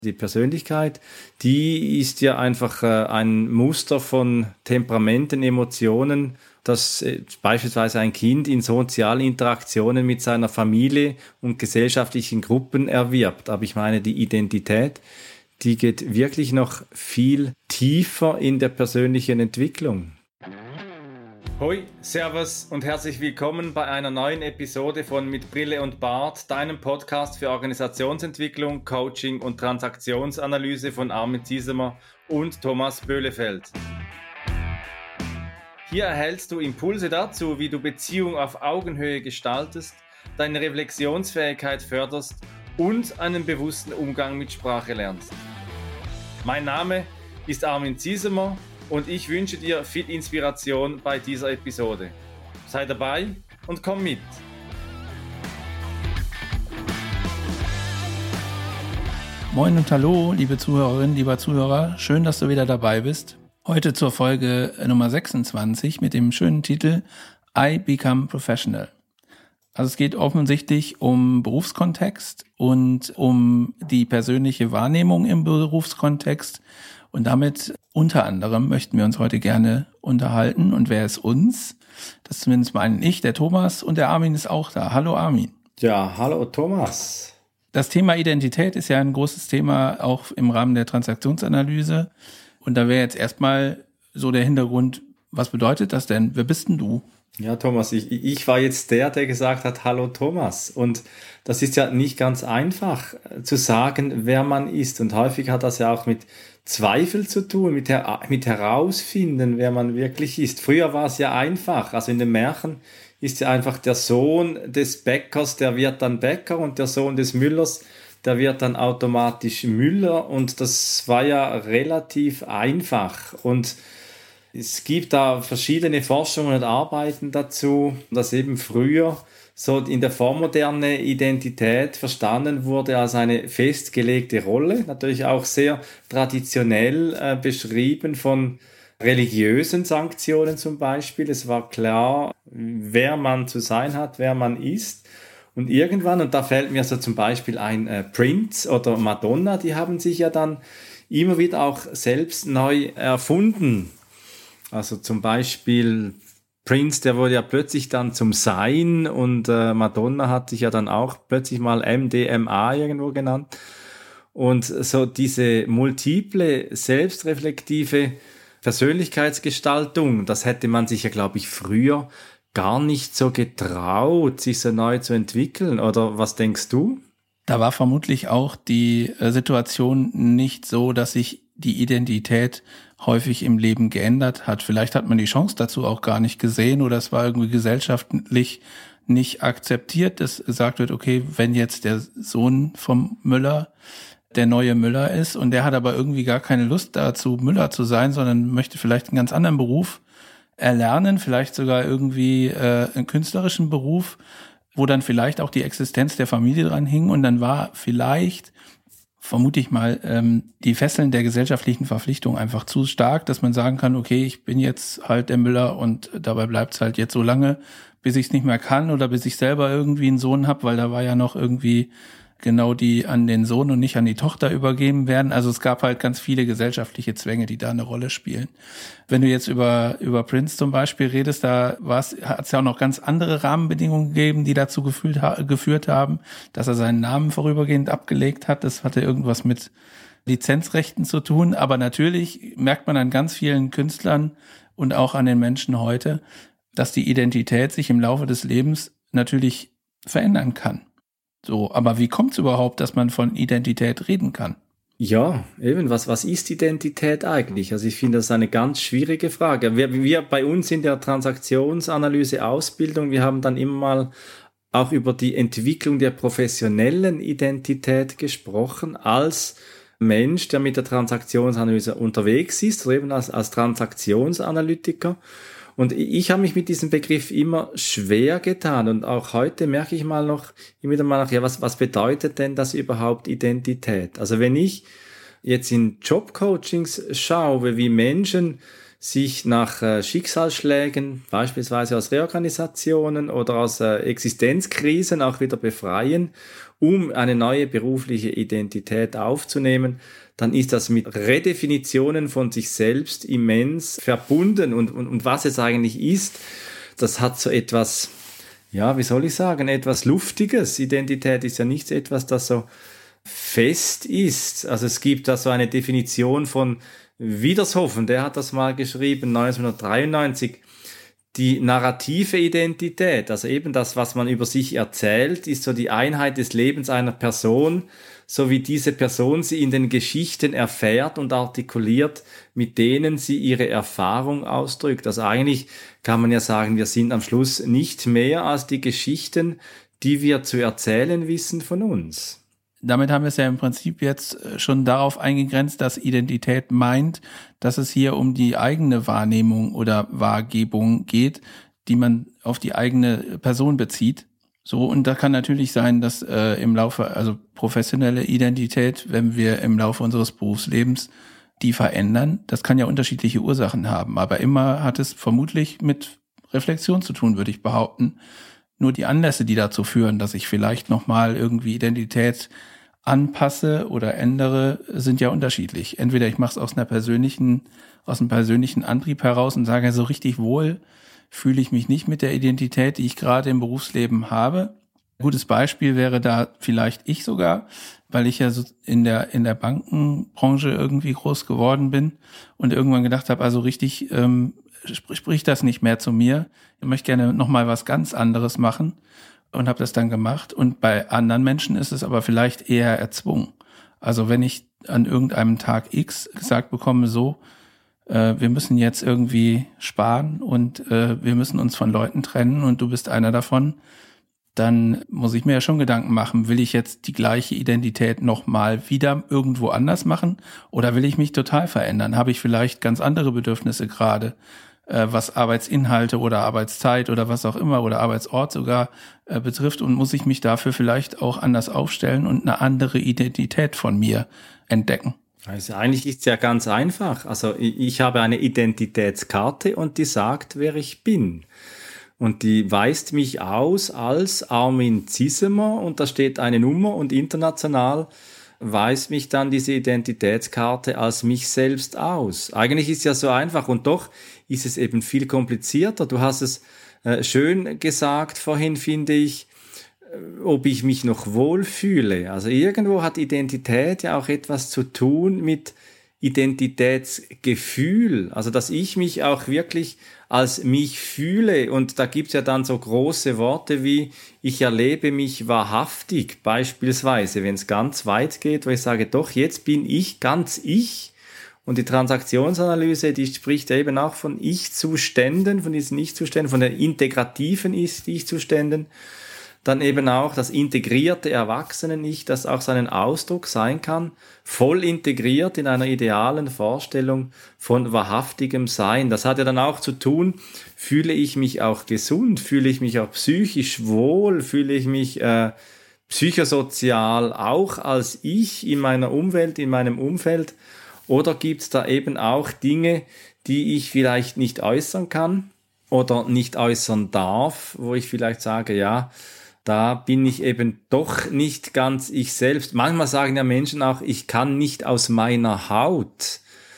Die Persönlichkeit, die ist ja einfach ein Muster von Temperamenten, Emotionen, das beispielsweise ein Kind in sozialen Interaktionen mit seiner Familie und gesellschaftlichen Gruppen erwirbt. Aber ich meine, die Identität, die geht wirklich noch viel tiefer in der persönlichen Entwicklung. Hoi, Servus und herzlich willkommen bei einer neuen Episode von Mit Brille und Bart, deinem Podcast für Organisationsentwicklung, Coaching und Transaktionsanalyse von Armin Ziesemer und Thomas Böhlefeld. Hier erhältst du Impulse dazu, wie du Beziehung auf Augenhöhe gestaltest, deine Reflexionsfähigkeit förderst und einen bewussten Umgang mit Sprache lernst. Mein Name ist Armin Ziesemer und ich wünsche dir viel Inspiration bei dieser Episode. Sei dabei und komm mit! Moin und hallo, liebe Zuhörerinnen, lieber Zuhörer. Schön, dass du wieder dabei bist. Heute zur Folge Nummer 26 mit dem schönen Titel I Become Professional. Also es geht offensichtlich um Berufskontext und um die persönliche Wahrnehmung im Berufskontext. Und damit unter anderem möchten wir uns heute gerne unterhalten. Und wer ist uns? Das ist zumindest meine ich, der Thomas, und der Armin ist auch da. Hallo Armin. Ja, hallo Thomas. Das Thema Identität ist ja ein großes Thema, auch im Rahmen der Transaktionsanalyse. Und da wäre jetzt erstmal so der Hintergrund, was bedeutet das denn? Wer bist denn du? Ja, Thomas, ich war jetzt der gesagt hat, hallo Thomas. Und das ist ja nicht ganz einfach zu sagen, wer man ist. Und häufig hat das ja auch mit Zweifel zu tun, mit herausfinden, wer man wirklich ist. Früher war es ja einfach. Also in den Märchen ist ja einfach der Sohn des Bäckers, der wird dann Bäcker, und der Sohn des Müllers, der wird dann automatisch Müller. Und das war ja relativ einfach. Und es gibt da verschiedene Forschungen und Arbeiten dazu, dass eben früher so in der vormoderne Identität verstanden wurde als eine festgelegte Rolle, natürlich auch sehr traditionell beschrieben von religiösen Sanktionen zum Beispiel. Es war klar, wer man zu sein hat, wer man ist. Und irgendwann, und da fällt mir so zum Beispiel ein Prince oder Madonna, die haben sich ja dann immer wieder auch selbst neu erfunden. Also zum Beispiel Prince, der wurde ja plötzlich dann zum Sein, und Madonna hat sich ja dann auch plötzlich mal MDMA irgendwo genannt. Und so diese multiple, selbstreflektive Persönlichkeitsgestaltung, das hätte man sich ja, glaube ich, früher gar nicht so getraut, sich so neu zu entwickeln. Oder was denkst du? Da war vermutlich auch die Situation nicht so, dass sich die Identität häufig im Leben geändert hat. Vielleicht hat man die Chance dazu auch gar nicht gesehen, oder es war irgendwie gesellschaftlich nicht akzeptiert, dass gesagt wird, okay, wenn jetzt der Sohn vom Müller der neue Müller ist und der hat aber irgendwie gar keine Lust dazu, Müller zu sein, sondern möchte vielleicht einen ganz anderen Beruf erlernen, vielleicht sogar irgendwie einen künstlerischen Beruf, wo dann vielleicht auch die Existenz der Familie dran hing, und dann war vielleicht, vermute ich mal, die Fesseln der gesellschaftlichen Verpflichtung einfach zu stark, dass man sagen kann, okay, ich bin jetzt halt der Müller und dabei bleibt es halt jetzt so lange, bis ich es nicht mehr kann oder bis ich selber irgendwie einen Sohn habe, weil da war ja noch irgendwie genau die an den Sohn und nicht an die Tochter übergeben werden. Also es gab halt ganz viele gesellschaftliche Zwänge, die da eine Rolle spielen. Wenn du jetzt über Prince zum Beispiel redest, da hat es ja auch noch ganz andere Rahmenbedingungen gegeben, die dazu geführt haben, dass er seinen Namen vorübergehend abgelegt hat. Das hatte irgendwas mit Lizenzrechten zu tun. Aber natürlich merkt man an ganz vielen Künstlern und auch an den Menschen heute, dass die Identität sich im Laufe des Lebens natürlich verändern kann. So, aber wie kommt es überhaupt, dass man von Identität reden kann? Ja, eben, was ist Identität eigentlich? Also ich finde, das ist eine ganz schwierige Frage. Wir bei uns in der Transaktionsanalyse Ausbildung, wir haben dann immer mal auch über die Entwicklung der professionellen Identität gesprochen, als Mensch, der mit der Transaktionsanalyse unterwegs ist, oder eben als Transaktionsanalytiker. Und ich habe mich mit diesem Begriff immer schwer getan, und auch heute merke ich immer wieder mal noch, ja, was bedeutet denn das überhaupt Identität? Also wenn ich jetzt in Jobcoachings schaue, wie Menschen sich nach Schicksalsschlägen, beispielsweise aus Reorganisationen oder aus Existenzkrisen auch wieder befreien, um eine neue berufliche Identität aufzunehmen, dann ist das mit Redefinitionen von sich selbst immens verbunden. Und was es eigentlich ist, das hat so etwas, ja, wie soll ich sagen, etwas Luftiges. Identität ist ja nicht etwas, das so fest ist. Also es gibt da so eine Definition von Wiedershoffen, der hat das mal geschrieben, 1993. Die narrative Identität, also eben das, was man über sich erzählt, ist so die Einheit des Lebens einer Person, so wie diese Person sie in den Geschichten erfährt und artikuliert, mit denen sie ihre Erfahrung ausdrückt. Also eigentlich kann man ja sagen, wir sind am Schluss nicht mehr als die Geschichten, die wir zu erzählen wissen von uns. Damit haben wir es ja im Prinzip jetzt schon darauf eingegrenzt, dass Identität meint, dass es hier um die eigene Wahrnehmung oder Wahrgebung geht, die man auf die eigene Person bezieht. So, und da kann natürlich sein, dass im Laufe, also professionelle Identität, wenn wir im Laufe unseres Berufslebens die verändern, das kann ja unterschiedliche Ursachen haben, aber immer hat es vermutlich mit Reflexion zu tun, würde ich behaupten. Nur die Anlässe, die dazu führen, dass ich vielleicht nochmal irgendwie Identität anpasse oder ändere, sind ja unterschiedlich. Entweder ich mache es aus einem persönlichen Antrieb heraus und sage, so richtig wohl fühle ich mich nicht mit der Identität, die ich gerade im Berufsleben habe. Ein gutes Beispiel wäre da vielleicht ich sogar, weil ich ja so in der Bankenbranche irgendwie groß geworden bin und irgendwann gedacht habe, also richtig spricht das nicht mehr zu mir. Ich möchte gerne nochmal was ganz anderes machen und habe das dann gemacht. Und bei anderen Menschen ist es aber vielleicht eher erzwungen. Also wenn ich an irgendeinem Tag X gesagt bekomme, so, wir müssen jetzt irgendwie sparen und wir müssen uns von Leuten trennen und du bist einer davon, dann muss ich mir ja schon Gedanken machen, will ich jetzt die gleiche Identität nochmal wieder irgendwo anders machen oder will ich mich total verändern? Habe ich vielleicht ganz andere Bedürfnisse gerade, was Arbeitsinhalte oder Arbeitszeit oder was auch immer oder Arbeitsort sogar betrifft und muss ich mich dafür vielleicht auch anders aufstellen und eine andere Identität von mir entdecken? Also eigentlich ist es ja ganz einfach. Also ich habe eine Identitätskarte und die sagt, wer ich bin. Und die weist mich aus als Armin Ziesemer und da steht eine Nummer und international weist mich dann diese Identitätskarte als mich selbst aus. Eigentlich ist es ja so einfach und doch ist es eben viel komplizierter. Du hast es schön gesagt vorhin, finde ich, ob ich mich noch wohlfühle. Also irgendwo hat Identität ja auch etwas zu tun mit Identitätsgefühl. Also dass ich mich auch wirklich als mich fühle. Und da gibt's ja dann so große Worte wie ich erlebe mich wahrhaftig, beispielsweise, wenn es ganz weit geht, wo ich sage, doch, jetzt bin ich ganz ich. Und die Transaktionsanalyse, die spricht ja eben auch von Ich-Zuständen, von diesen Ich-Zuständen, von den integrativen Ich-Zuständen. Dann eben auch das integrierte Erwachsenen-Ich, das auch seinen Ausdruck sein kann, voll integriert in einer idealen Vorstellung von wahrhaftigem Sein. Das hat ja dann auch zu tun, fühle ich mich auch gesund, fühle ich mich auch psychisch wohl, fühle ich mich psychosozial auch als ich in meiner Umwelt, in meinem Umfeld, oder gibt es da eben auch Dinge, die ich vielleicht nicht äußern kann oder nicht äußern darf, wo ich vielleicht sage, ja, da bin ich eben doch nicht ganz ich selbst. Manchmal sagen ja Menschen auch, ich kann nicht aus meiner Haut.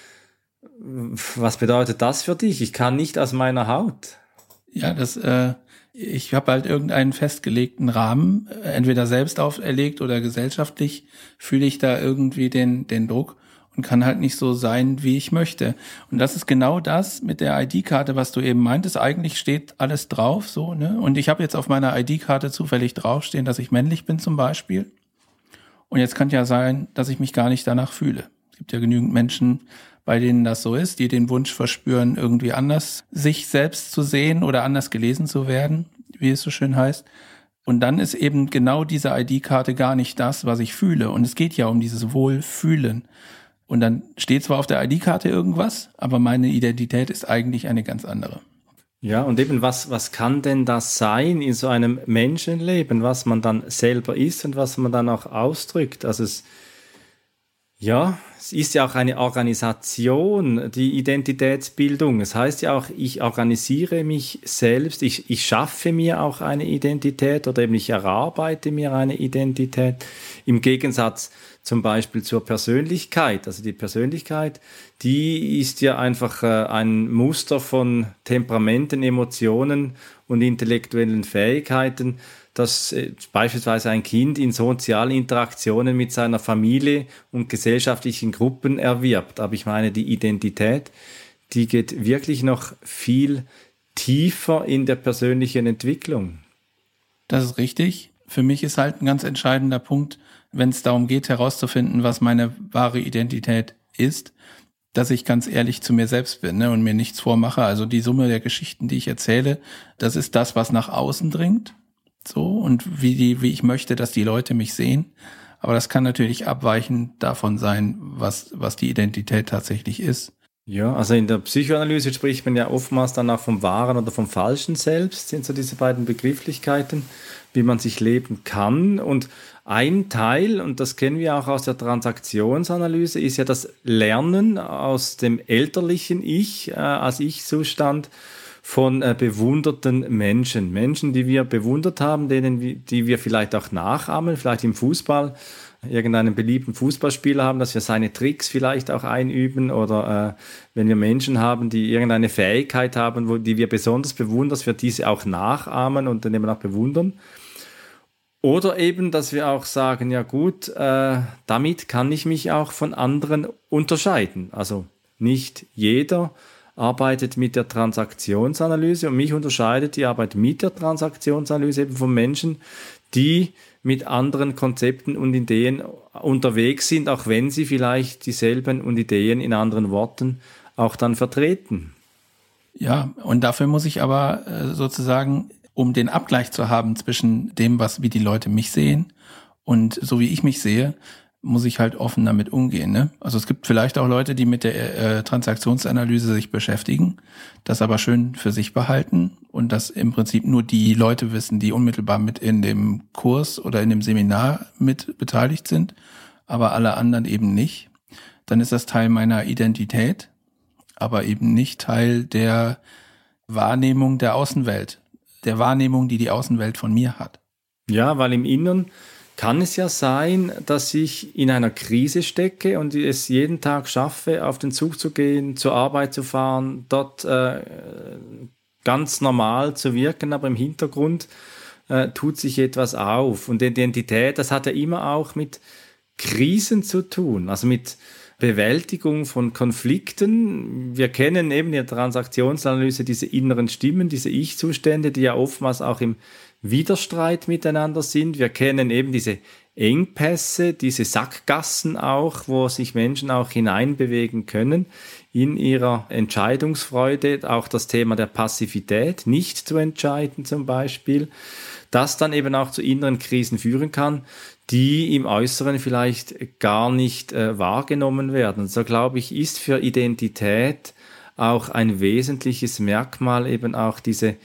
Was bedeutet das für dich? Ich kann nicht aus meiner Haut. Ja, ich habe halt irgendeinen festgelegten Rahmen, entweder selbst auferlegt oder gesellschaftlich fühle ich da irgendwie den Druck und kann halt nicht so sein, wie ich möchte. Und das ist genau das mit der ID-Karte, was du eben meintest. Eigentlich steht alles drauf, so, ne? Und ich habe jetzt auf meiner ID-Karte zufällig draufstehen, dass ich männlich bin zum Beispiel. Und jetzt kann ja sein, dass ich mich gar nicht danach fühle. Es gibt ja genügend Menschen, bei denen das so ist, die den Wunsch verspüren, irgendwie anders sich selbst zu sehen oder anders gelesen zu werden, wie es so schön heißt. Und dann ist eben genau diese ID-Karte gar nicht das, was ich fühle. Und es geht ja um dieses Wohlfühlen. Und dann steht zwar auf der ID-Karte irgendwas, aber meine Identität ist eigentlich eine ganz andere. Ja, und eben was kann denn das sein in so einem Menschenleben, was man dann selber ist und was man dann auch ausdrückt? Also Ja, es ist ja auch eine Organisation, die Identitätsbildung. Es heißt ja auch, ich organisiere mich selbst, ich schaffe mir auch eine Identität oder eben ich erarbeite mir eine Identität. Im Gegensatz zum Beispiel zur Persönlichkeit. Also die Persönlichkeit, die ist ja einfach ein Muster von Temperamenten, Emotionen und intellektuellen Fähigkeiten, dass beispielsweise ein Kind in sozialen Interaktionen mit seiner Familie und gesellschaftlichen Gruppen erwirbt. Aber ich meine, die Identität, die geht wirklich noch viel tiefer in der persönlichen Entwicklung. Das ist richtig. Für mich ist halt ein ganz entscheidender Punkt, wenn es darum geht, herauszufinden, was meine wahre Identität ist, dass ich ganz ehrlich zu mir selbst bin, ne, und mir nichts vormache. Also die Summe der Geschichten, die ich erzähle, das ist das, was nach außen dringt. So, und wie ich möchte, dass die Leute mich sehen. Aber das kann natürlich abweichend davon sein, was die Identität tatsächlich ist. Ja, also in der Psychoanalyse spricht man ja oftmals dann auch vom wahren oder vom falschen Selbst, sind so diese beiden Begrifflichkeiten, wie man sich leben kann. Und ein Teil, und das kennen wir auch aus der Transaktionsanalyse, ist ja das Lernen aus dem elterlichen Ich, als Ich-Zustand von bewunderten Menschen. Menschen, die wir bewundert haben, die wir vielleicht auch nachahmen, vielleicht im Fußball, irgendeinen beliebten Fußballspieler haben, dass wir seine Tricks vielleicht auch einüben oder wenn wir Menschen haben, die irgendeine Fähigkeit haben, die wir besonders bewundern, dass wir diese auch nachahmen und dann eben auch bewundern. Oder eben, dass wir auch sagen, ja gut, damit kann ich mich auch von anderen unterscheiden. Also nicht jeder arbeitet mit der Transaktionsanalyse und mich unterscheidet die Arbeit mit der Transaktionsanalyse eben von Menschen, die mit anderen Konzepten und Ideen unterwegs sind, auch wenn sie vielleicht dieselben und Ideen in anderen Worten auch dann vertreten. Ja, und dafür muss ich aber sozusagen, um den Abgleich zu haben zwischen dem, wie die Leute mich sehen und so wie ich mich sehe, muss ich halt offen damit umgehen, ne? Also es gibt vielleicht auch Leute, die mit der Transaktionsanalyse sich beschäftigen, das aber schön für sich behalten und das im Prinzip nur die Leute wissen, die unmittelbar mit in dem Kurs oder in dem Seminar mit beteiligt sind, aber alle anderen eben nicht. Dann ist das Teil meiner Identität, aber eben nicht Teil der Wahrnehmung der Außenwelt, der Wahrnehmung, die die Außenwelt von mir hat. Ja, weil im Inneren kann es ja sein, dass ich in einer Krise stecke und es jeden Tag schaffe, auf den Zug zu gehen, zur Arbeit zu fahren, dort ganz normal zu wirken, aber im Hintergrund tut sich etwas auf. Und Identität, das hat ja immer auch mit Krisen zu tun, also mit Bewältigung von Konflikten. Wir kennen eben in der Transaktionsanalyse diese inneren Stimmen, diese Ich-Zustände, die ja oftmals auch im Widerstreit miteinander sind. Wir kennen eben diese Engpässe, diese Sackgassen auch, wo sich Menschen auch hineinbewegen können in ihrer Entscheidungsfreude. Auch das Thema der Passivität, nicht zu entscheiden zum Beispiel, das dann eben auch zu inneren Krisen führen kann, die im Äußeren vielleicht gar nicht wahrgenommen werden. So glaube ich, ist für Identität auch ein wesentliches Merkmal eben auch diese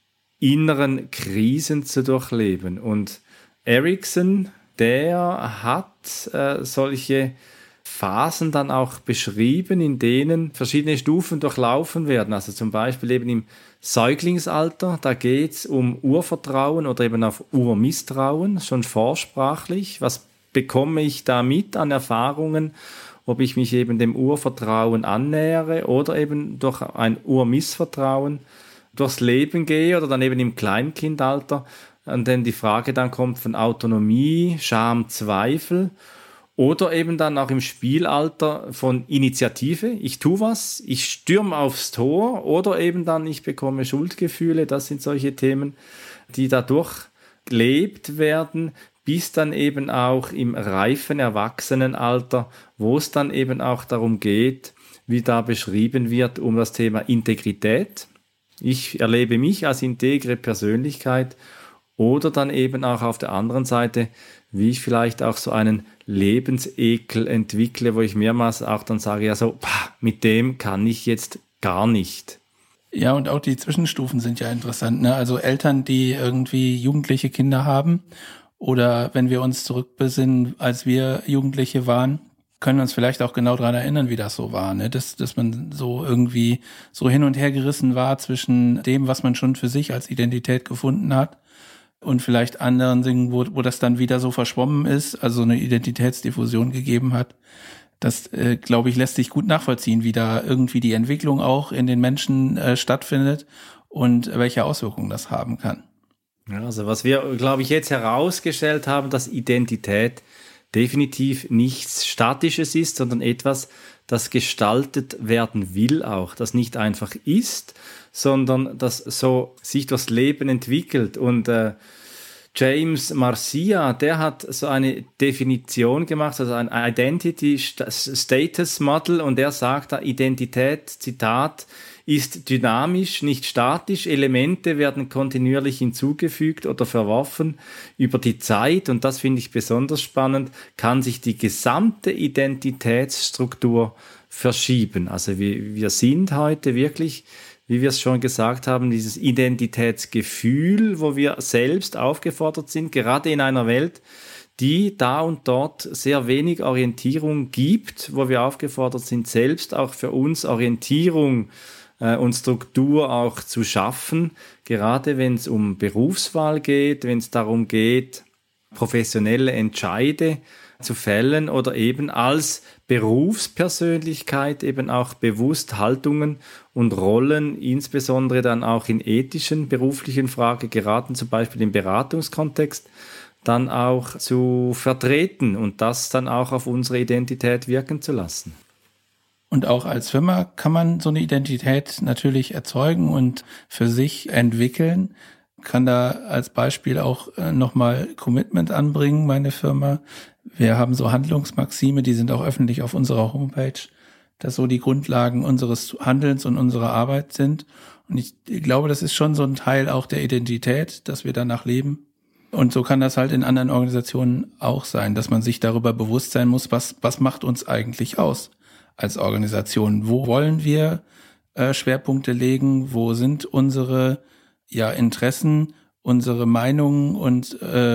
inneren Krisen zu durchleben. Und Erikson, der hat solche Phasen dann auch beschrieben, in denen verschiedene Stufen durchlaufen werden. Also zum Beispiel eben im Säuglingsalter, da geht es um Urvertrauen oder eben auf Urmisstrauen, schon vorsprachlich. Was bekomme ich da mit an Erfahrungen, ob ich mich eben dem Urvertrauen annähere oder eben durch ein Urmissvertrauen durchs Leben gehe oder dann eben im Kleinkindalter, an dem die Frage dann kommt von Autonomie, Scham, Zweifel oder eben dann auch im Spielalter von Initiative. Ich tue was, ich stürme aufs Tor oder eben dann ich bekomme Schuldgefühle. Das sind solche Themen, die dadurch gelebt werden, bis dann eben auch im reifen Erwachsenenalter, wo es dann eben auch darum geht, wie da beschrieben wird, um das Thema Integrität. Ich erlebe mich als integre Persönlichkeit oder dann eben auch auf der anderen Seite, wie ich vielleicht auch so einen Lebensekel entwickle, wo ich mehrmals auch dann sage, ja so, mit dem kann ich jetzt gar nicht. Ja, und auch die Zwischenstufen sind ja interessant, ne? Also Eltern, die irgendwie jugendliche Kinder haben oder wenn wir uns zurückbesinnen, als wir Jugendliche waren, können uns vielleicht auch genau daran erinnern, wie das so war, ne? Dass man so irgendwie so hin und her gerissen war zwischen dem, was man schon für sich als Identität gefunden hat und vielleicht anderen Dingen, wo das dann wieder so verschwommen ist, also eine Identitätsdiffusion gegeben hat. Das, glaube ich, lässt sich gut nachvollziehen, wie da irgendwie die Entwicklung auch in den Menschen stattfindet und welche Auswirkungen das haben kann. Ja, also was wir, glaube ich, jetzt herausgestellt haben, dass Identität definitiv nichts Statisches ist, sondern etwas, das gestaltet werden will auch, das nicht einfach ist, sondern das so sich durchs Leben entwickelt. Und James Marcia, der hat so eine Definition gemacht, also ein Identity Status Model, und der sagt da, Identität, Zitat, ist dynamisch, nicht statisch. Elemente werden kontinuierlich hinzugefügt oder verworfen über die Zeit, und das finde ich besonders spannend, kann sich die gesamte Identitätsstruktur verschieben. Also wir sind heute wirklich, wie wir es schon gesagt haben, dieses Identitätsgefühl, wo wir selbst aufgefordert sind, gerade in einer Welt, die da und dort sehr wenig Orientierung gibt, wo wir aufgefordert sind, selbst auch für uns Orientierung und Struktur auch zu schaffen, gerade wenn es um Berufswahl geht, wenn es darum geht, professionelle Entscheide zu fällen oder eben als Berufspersönlichkeit eben auch bewusst Haltungen und Rollen, insbesondere dann auch in ethischen, beruflichen Fragen geraten, zum Beispiel im Beratungskontext, dann auch zu vertreten und das dann auch auf unsere Identität wirken zu lassen. Und auch als Firma kann man so eine Identität natürlich erzeugen und für sich entwickeln. Kann da als Beispiel auch nochmal Commitment anbringen, meine Firma. Wir haben so Handlungsmaxime, die sind auch öffentlich auf unserer Homepage, dass so die Grundlagen unseres Handelns und unserer Arbeit sind. Und ich glaube, das ist schon so ein Teil auch der Identität, dass wir danach leben. Und so kann das halt in anderen Organisationen auch sein, dass man sich darüber bewusst sein muss, was macht uns eigentlich aus als Organisation? Wo wollen wir Schwerpunkte legen? Wo sind unsere Interessen, unsere Meinungen und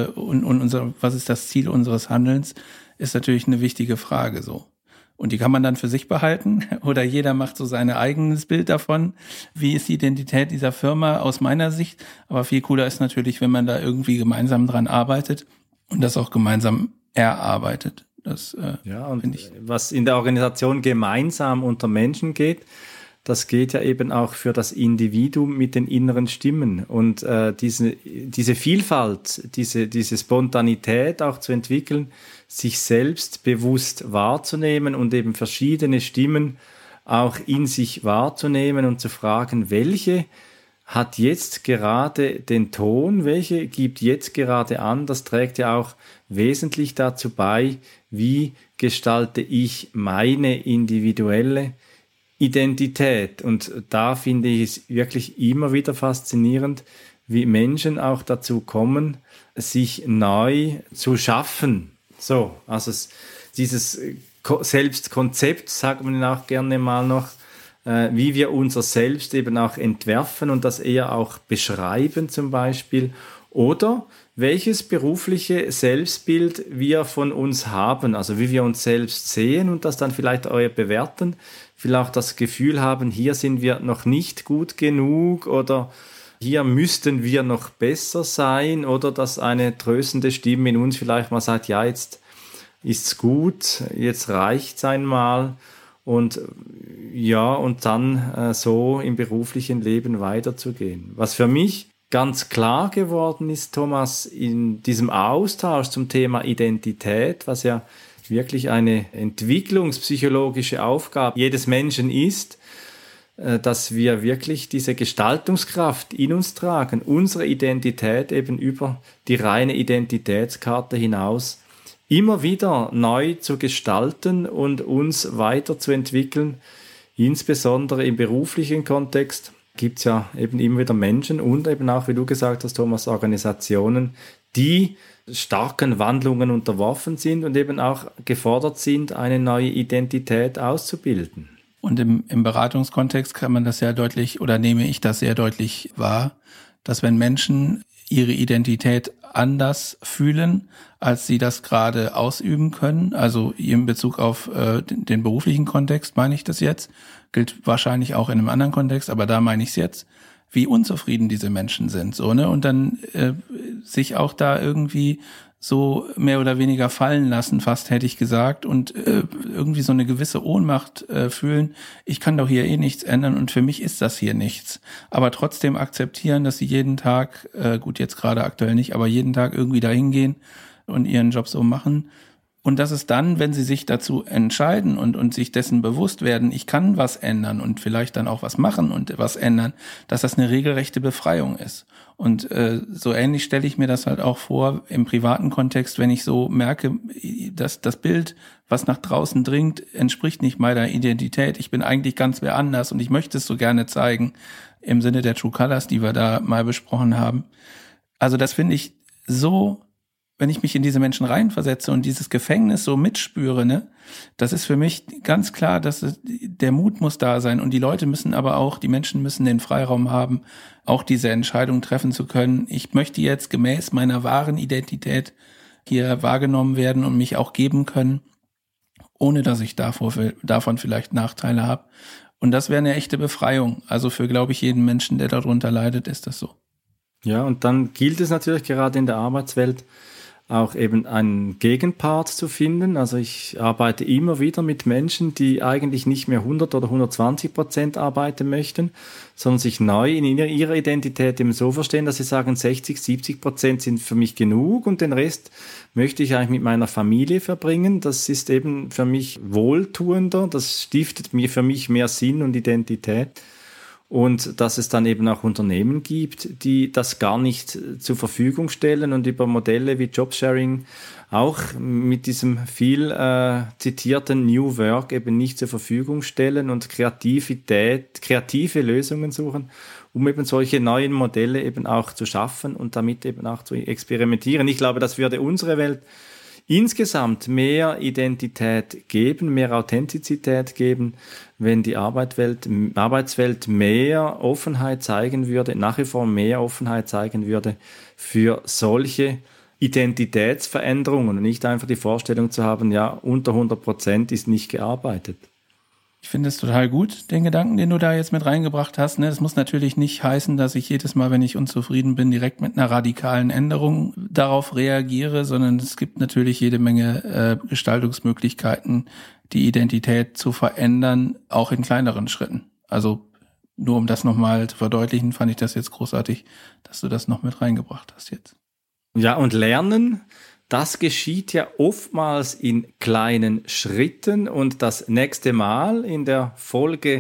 was ist das Ziel unseres Handelns? Ist natürlich eine wichtige Frage so. Und die kann man dann für sich behalten oder jeder macht so sein eigenes Bild davon. Wie ist die Identität dieser Firma aus meiner Sicht? Aber viel cooler ist natürlich, wenn man da irgendwie gemeinsam dran arbeitet und das auch gemeinsam erarbeitet. Das finde ich. Was in der Organisation gemeinsam unter Menschen geht, das geht ja eben auch für das Individuum mit den inneren Stimmen. Und diese Vielfalt, diese Spontanität auch zu entwickeln, sich selbst bewusst wahrzunehmen und eben verschiedene Stimmen auch in sich wahrzunehmen und zu fragen, welche hat jetzt gerade den Ton, welche gibt jetzt gerade an, das trägt ja auch wesentlich dazu bei, wie gestalte ich meine individuelle Identität. Und da finde ich es wirklich immer wieder faszinierend, wie Menschen auch dazu kommen, sich neu zu schaffen. So, also dieses Selbstkonzept, sagt man auch gerne mal noch, wie wir unser Selbst eben auch entwerfen und das eher auch beschreiben zum Beispiel, oder welches berufliche Selbstbild wir von uns haben, also wie wir uns selbst sehen und das dann vielleicht auch bewerten, vielleicht das Gefühl haben, hier sind wir noch nicht gut genug oder hier müssten wir noch besser sein, oder dass eine tröstende Stimme in uns vielleicht mal sagt, ja, jetzt ist's gut, jetzt reicht's einmal. Und dann so im beruflichen Leben weiterzugehen. Was für mich ganz klar geworden ist, Thomas, in diesem Austausch zum Thema Identität, was ja wirklich eine entwicklungspsychologische Aufgabe jedes Menschen ist, dass wir wirklich diese Gestaltungskraft in uns tragen, unsere Identität eben über die reine Identitätskarte hinaus immer wieder neu zu gestalten und uns weiterzuentwickeln. Insbesondere im beruflichen Kontext gibt es ja eben immer wieder Menschen und eben auch, wie du gesagt hast, Thomas, Organisationen, die starken Wandlungen unterworfen sind und eben auch gefordert sind, eine neue Identität auszubilden. Und im Beratungskontext kann man das sehr deutlich, oder nehme ich das sehr deutlich wahr, dass wenn Menschen ihre Identität anders fühlen, als sie das gerade ausüben können. Also in Bezug auf den beruflichen Kontext meine ich das jetzt. Gilt wahrscheinlich auch in einem anderen Kontext, aber da meine ich es jetzt, wie unzufrieden diese Menschen sind. So, ne? Und dann sich auch da irgendwie so mehr oder weniger fallen lassen, fast hätte ich gesagt, und irgendwie so eine gewisse Ohnmacht fühlen, ich kann doch hier eh nichts ändern und für mich ist das hier nichts. Aber trotzdem akzeptieren, dass sie jeden Tag, gut jetzt gerade aktuell nicht, aber jeden Tag irgendwie dahin gehen und ihren Job so machen. Und dass es dann, wenn sie sich dazu entscheiden und sich dessen bewusst werden, ich kann was ändern und vielleicht dann auch was machen und was ändern, dass das eine regelrechte Befreiung ist. Und so ähnlich stelle ich mir das halt auch vor im privaten Kontext, wenn ich so merke, dass das Bild, was nach draußen dringt, entspricht nicht meiner Identität. Ich bin eigentlich ganz wer anders und ich möchte es so gerne zeigen, im Sinne der True Colors, die wir da mal besprochen haben. Also das finde ich so, wenn ich mich in diese Menschen reinversetze und dieses Gefängnis so mitspüre, ne, das ist für mich ganz klar, dass der Mut muss da sein und die Leute müssen aber auch, die Menschen müssen den Freiraum haben, auch diese Entscheidung treffen zu können. Ich möchte jetzt gemäß meiner wahren Identität hier wahrgenommen werden und mich auch geben können, ohne dass ich davon vielleicht Nachteile habe. Und das wäre eine echte Befreiung. Also für, glaube ich, jeden Menschen, der darunter leidet, ist das so. Ja, und dann gilt es natürlich gerade in der Arbeitswelt, auch eben einen Gegenpart zu finden. Also ich arbeite immer wieder mit Menschen, die eigentlich nicht mehr 100 oder 120% arbeiten möchten, sondern sich neu in ihrer Identität eben so verstehen, dass sie sagen, 60-70% sind für mich genug und den Rest möchte ich eigentlich mit meiner Familie verbringen. Das ist eben für mich wohltuender, das stiftet mir für mich mehr Sinn und Identität. Und dass es dann eben auch Unternehmen gibt, die das gar nicht zur Verfügung stellen und über Modelle wie Jobsharing auch mit diesem viel zitierten New Work eben nicht zur Verfügung stellen und kreative Lösungen suchen, um eben solche neuen Modelle eben auch zu schaffen und damit eben auch zu experimentieren. Ich glaube, das würde unsere Welt insgesamt mehr Identität geben, mehr Authentizität geben, wenn die Arbeitswelt mehr Offenheit zeigen würde, nach wie vor mehr Offenheit zeigen würde für solche Identitätsveränderungen und nicht einfach die Vorstellung zu haben, ja, unter 100% ist nicht gearbeitet. Ich finde es total gut, den Gedanken, den du da jetzt mit reingebracht hast. Das muss natürlich nicht heißen, dass ich jedes Mal, wenn ich unzufrieden bin, direkt mit einer radikalen Änderung darauf reagiere, sondern es gibt natürlich jede Menge Gestaltungsmöglichkeiten, die Identität zu verändern, auch in kleineren Schritten. Also nur um das nochmal zu verdeutlichen, fand ich das jetzt großartig, dass du das noch mit reingebracht hast jetzt. Ja, und Lernen, das geschieht ja oftmals in kleinen Schritten und das nächste Mal in der Folge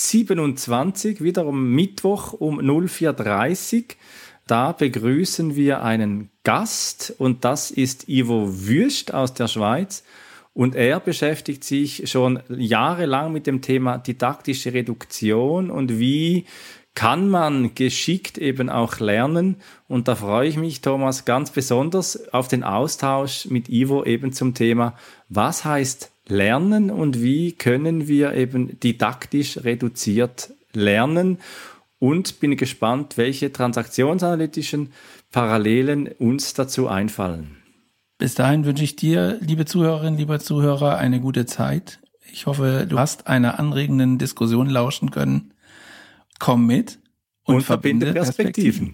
27, wiederum Mittwoch um 04:30 Uhr, da begrüßen wir einen Gast und das ist Ivo Wüst aus der Schweiz und er beschäftigt sich schon jahrelang mit dem Thema didaktische Reduktion und wie kann man geschickt eben auch lernen. Und da freue ich mich, Thomas, ganz besonders auf den Austausch mit Ivo eben zum Thema, was heißt Lernen und wie können wir eben didaktisch reduziert lernen. Und bin gespannt, welche transaktionsanalytischen Parallelen uns dazu einfallen. Bis dahin wünsche ich dir, liebe Zuhörerinnen, lieber Zuhörer, eine gute Zeit. Ich hoffe, du hast einer anregenden Diskussion lauschen können. Komm mit und verbinde Perspektiven.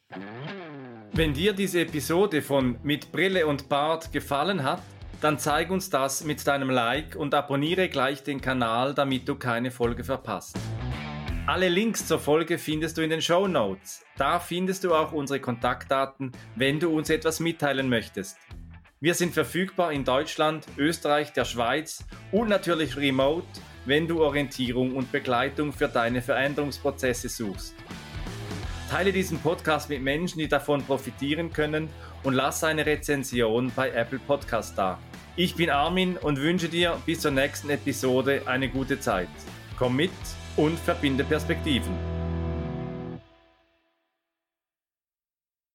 Wenn dir diese Episode von Mit Brille und Bart gefallen hat, dann zeig uns das mit deinem Like und abonniere gleich den Kanal, damit du keine Folge verpasst. Alle Links zur Folge findest du in den Shownotes. Da findest du auch unsere Kontaktdaten, wenn du uns etwas mitteilen möchtest. Wir sind verfügbar in Deutschland, Österreich, der Schweiz und natürlich remote, wenn du Orientierung und Begleitung für deine Veränderungsprozesse suchst. Teile diesen Podcast mit Menschen, die davon profitieren können und lass eine Rezension bei Apple Podcast da. Ich bin Armin und wünsche dir bis zur nächsten Episode eine gute Zeit. Komm mit und verbinde Perspektiven.